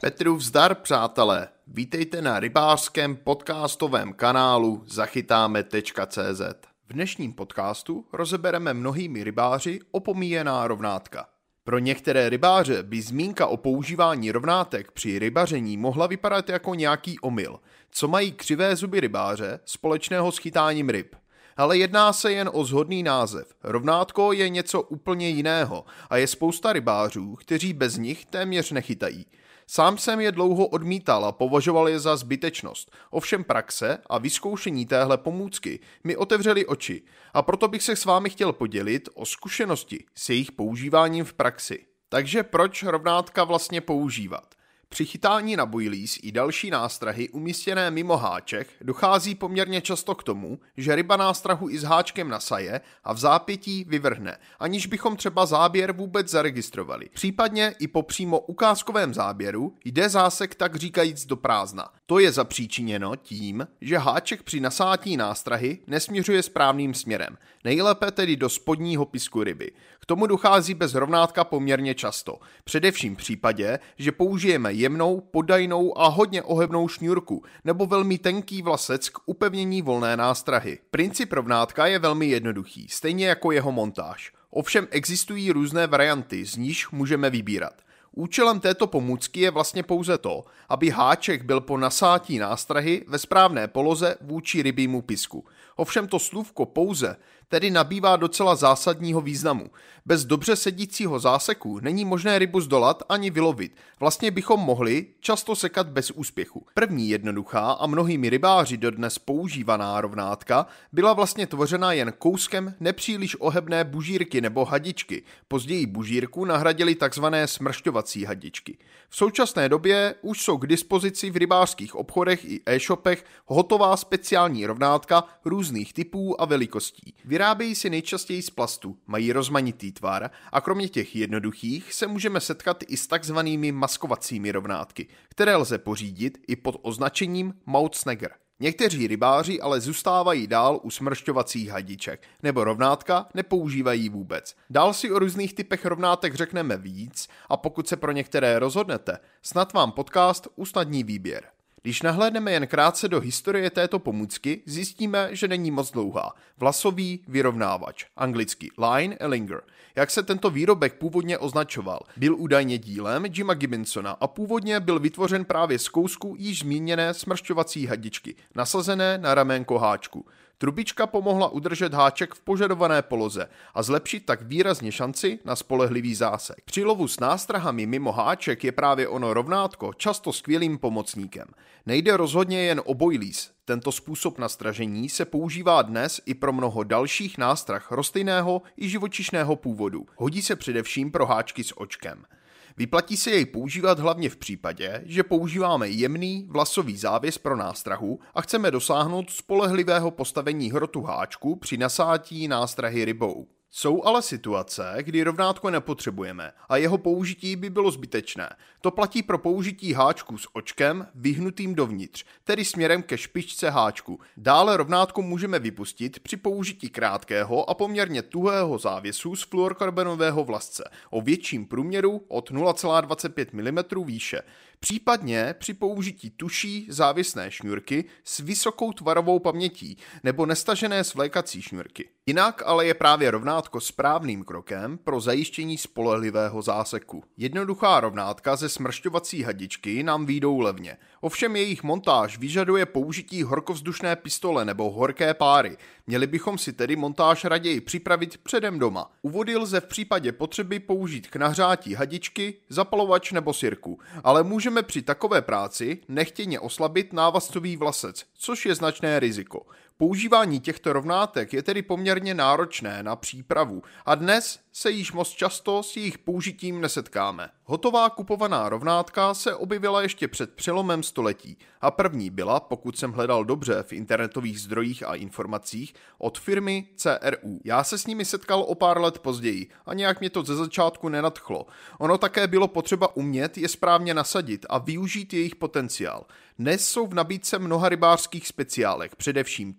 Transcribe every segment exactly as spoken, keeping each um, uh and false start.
Petrův zdar, přátelé, vítejte na rybářském podcastovém kanálu zachytáme tečka cé zet. V dnešním podcastu rozebereme mnohými rybáři opomíjená rovnátka. Pro některé rybáře by zmínka o používání rovnátek při rybaření mohla vypadat jako nějaký omyl, co mají křivé zuby rybáře společného s chytáním ryb. Ale jedná se jen o shodný název. Rovnátko je něco úplně jiného a je spousta rybářů, kteří bez nich téměř nechytají. Sám jsem je dlouho odmítal a považoval je za zbytečnost. Ovšem praxe a vyzkoušení téhle pomůcky mi otevřely oči a proto bych se s vámi chtěl podělit o zkušenosti s jejich používáním v praxi. Takže proč rovnátka vlastně používat? Při chytání na boilies i další nástrahy umístěné mimo háček dochází poměrně často k tomu, že ryba nástrahu i s háčkem nasaje a v zápětí vyvrhne, aniž bychom třeba záběr vůbec zaregistrovali. Případně i po přímo ukázkovém záběru jde zásek tak říkajíc do prázdna. To je zapříčiněno tím, že háček při nasátí nástrahy nesměřuje správným směrem, nejlépe tedy do spodního pisku ryby. K tomu dochází bez rovnátka poměrně často, především v případě, že použijeme jemnou, podajnou a hodně ohebnou šňůrku nebo velmi tenký vlasec k upevnění volné nástrahy. Princip rovnátka je velmi jednoduchý, stejně jako jeho montáž. Ovšem existují různé varianty, z níž můžeme vybírat. Účelem této pomůcky je vlastně pouze to, aby háček byl po nasátí nástrahy ve správné poloze vůči rybímu pisku. Ovšem to slůvko pouze tedy nabývá docela zásadního významu. Bez dobře sedícího záseku není možné rybu zdolat ani vylovit. Vlastně bychom mohli často sekat bez úspěchu. První jednoduchá a mnohými rybáři dodnes používaná rovnátka byla vlastně tvořena jen kouskem nepříliš ohebné bužírky nebo hadičky. Později bužírku nahradili takzvané smršťovací hadičky. V současné době už jsou k dispozici v rybářských obchodech i e-shopech hotová speciální rovnátka různých typů a velikostí. Vyrábějí se nejčastěji z plastu, mají rozmanitý tvar a kromě těch jednoduchých se můžeme setkat i s takzvanými maskovacími rovnátky, které lze pořídit i pod označením Mouth Snagger. Někteří rybáři ale zůstávají dál u smršťovacích hadiček, nebo rovnátka nepoužívají vůbec. Dál si o různých typech rovnátek řekneme víc a pokud se pro některé rozhodnete, snad vám podcast usnadní výběr. Když nahlédneme jen krátce do historie této pomůcky, zjistíme, že není moc dlouhá. Vlasový vyrovnávač, anglicky line a linger. Jak se tento výrobek původně označoval? Byl údajně dílem Jima Gibbonsona a původně byl vytvořen právě z kousku již zmíněné smršťovací hadičky, nasazené na raménko háčku. Trubička pomohla udržet háček v požadované poloze a zlepšit tak výrazně šanci na spolehlivý zásek. Při lovu s nástrahami mimo háček je právě ono rovnátko často skvělým pomocníkem. Nejde rozhodně jen o boilies. Tento způsob nastražení se používá dnes i pro mnoho dalších nástrah rostlinného i živočišného původu. Hodí se především pro háčky s očkem. Vyplatí se jej používat hlavně v případě, že používáme jemný vlasový závěs pro nástrahu a chceme dosáhnout spolehlivého postavení hrotu háčku při nasátí nástrahy rybou. Jsou ale situace, kdy rovnátko nepotřebujeme a jeho použití by bylo zbytečné. To platí pro použití háčku s očkem vyhnutým dovnitř, tedy směrem ke špičce háčku. Dále rovnátko můžeme vypustit při použití krátkého a poměrně tuhého závěsu z fluorokarbonového vlasce o větším průměru od nula celá dvacet pět milimetrů výše. Případně při použití tuší závěsné šňůrky s vysokou tvarovou pamětí nebo nestažené svlékací šňůrky. Jinak ale je právě rovnátko správným krokem pro zajištění spolehlivého záseku. Jednoduchá rovnátka ze smršťovací hadičky nám vyjdou levně. Ovšem jejich montáž vyžaduje použití horkovzdušné pistole nebo horké páry. Měli bychom si tedy montáž raději připravit předem doma. U vody lze v případě potřeby použít k nahřátí hadičky, zapalovač nebo sirku, ale můžeme při takové práci nechtěně oslabit návazcový vlasec, což je značné riziko. Používání těchto rovnátek je tedy poměrně náročné na přípravu a dnes se již moc často s jejich použitím nesetkáme. Hotová kupovaná rovnátka se objevila ještě před přelomem století a první byla, pokud jsem hledal dobře v internetových zdrojích a informacích, od firmy C R U. Já se s nimi setkal o pár let později a nějak mě to ze začátku nenadchlo. Ono také bylo potřeba umět je správně nasadit a využít jejich potenciál. Dnes jsou v nabídce mnoha rybářských speciálek, především těch,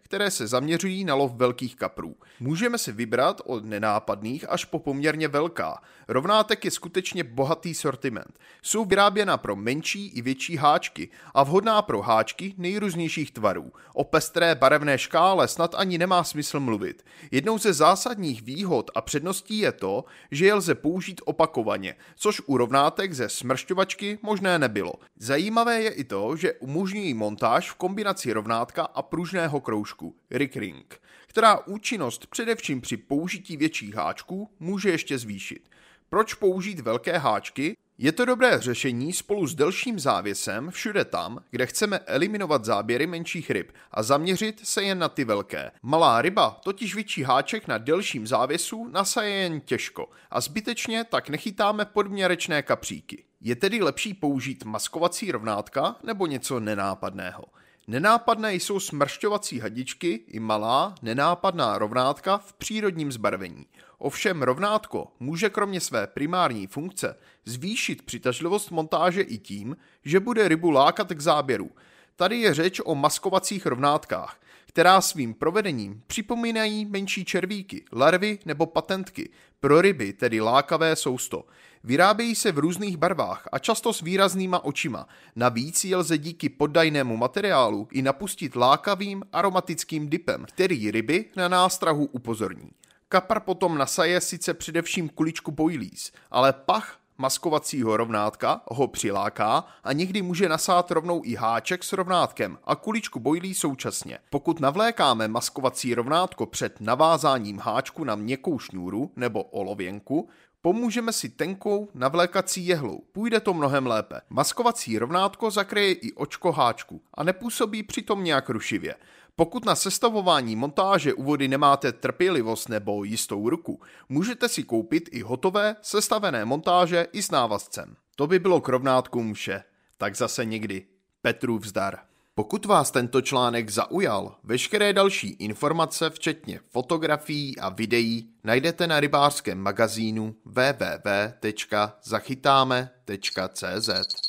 které se zaměřují na lov velkých kaprů. Můžeme si vybrat od nenápadných až po poměrně velká. Rovnátek je skutečně bohatý sortiment. Jsou vyráběna pro menší i větší háčky a vhodná pro háčky nejrůznějších tvarů. O pestré barevné škále snad ani nemá smysl mluvit. Jednou ze zásadních výhod a předností je to, že je lze použít opakovaně, což u rovnátek ze smršťovačky možné nebylo. Zajímavé je i to, že umožňují montáž v kombinaci rovnátka a pružného kroužku Rig Ring, která účinnost především při použití větších háčků může ještě zvýšit. Proč použít velké háčky? Je to dobré řešení spolu s delším závěsem všude tam, kde chceme eliminovat záběry menších ryb a zaměřit se jen na ty velké. Malá ryba totiž větší háček na delším závěsu nasaje jen těžko a zbytečně tak nechytáme podměrečné kapříky. Je tedy lepší použít maskovací rovnátka nebo něco nenápadného. Nenápadné jsou smršťovací hadičky i malá, nenápadná rovnátka v přírodním zbarvení. Ovšem rovnátko může kromě své primární funkce zvýšit přitažlivost montáže i tím, že bude rybu lákat k záběru. Tady je řeč o maskovacích rovnátkách, která svým provedením připomínají menší červíky, larvy nebo patentky, pro ryby tedy lákavé sousto. Vyrábějí se v různých barvách a často s výraznýma očima. Navíc je lze díky poddajnému materiálu i napustit lákavým aromatickým dipem, který ryby na nástrahu upozorní. Kapr potom nasaje sice především kuličku boilies, ale pach maskovacího rovnátka ho přiláká a někdy může nasát rovnou i háček s rovnátkem a kuličku boilies současně. Pokud navlékáme maskovací rovnátko před navázáním háčku na měkkou šňůru nebo olověnku, pomůžeme si tenkou navlékací jehlou. Půjde to mnohem lépe. Maskovací rovnátko zakryje i očko háčku a nepůsobí přitom nějak rušivě. Pokud na sestavování montáže u vody nemáte trpělivost nebo jistou ruku, můžete si koupit i hotové sestavené montáže i s návazcem. To by bylo k rovnátkům vše. Tak zase někdy. Petrův zdar. Pokud vás tento článek zaujal, veškeré další informace, včetně fotografií a videí, najdete na rybářském magazínu w w w tečka zachytáme tečka cé zet.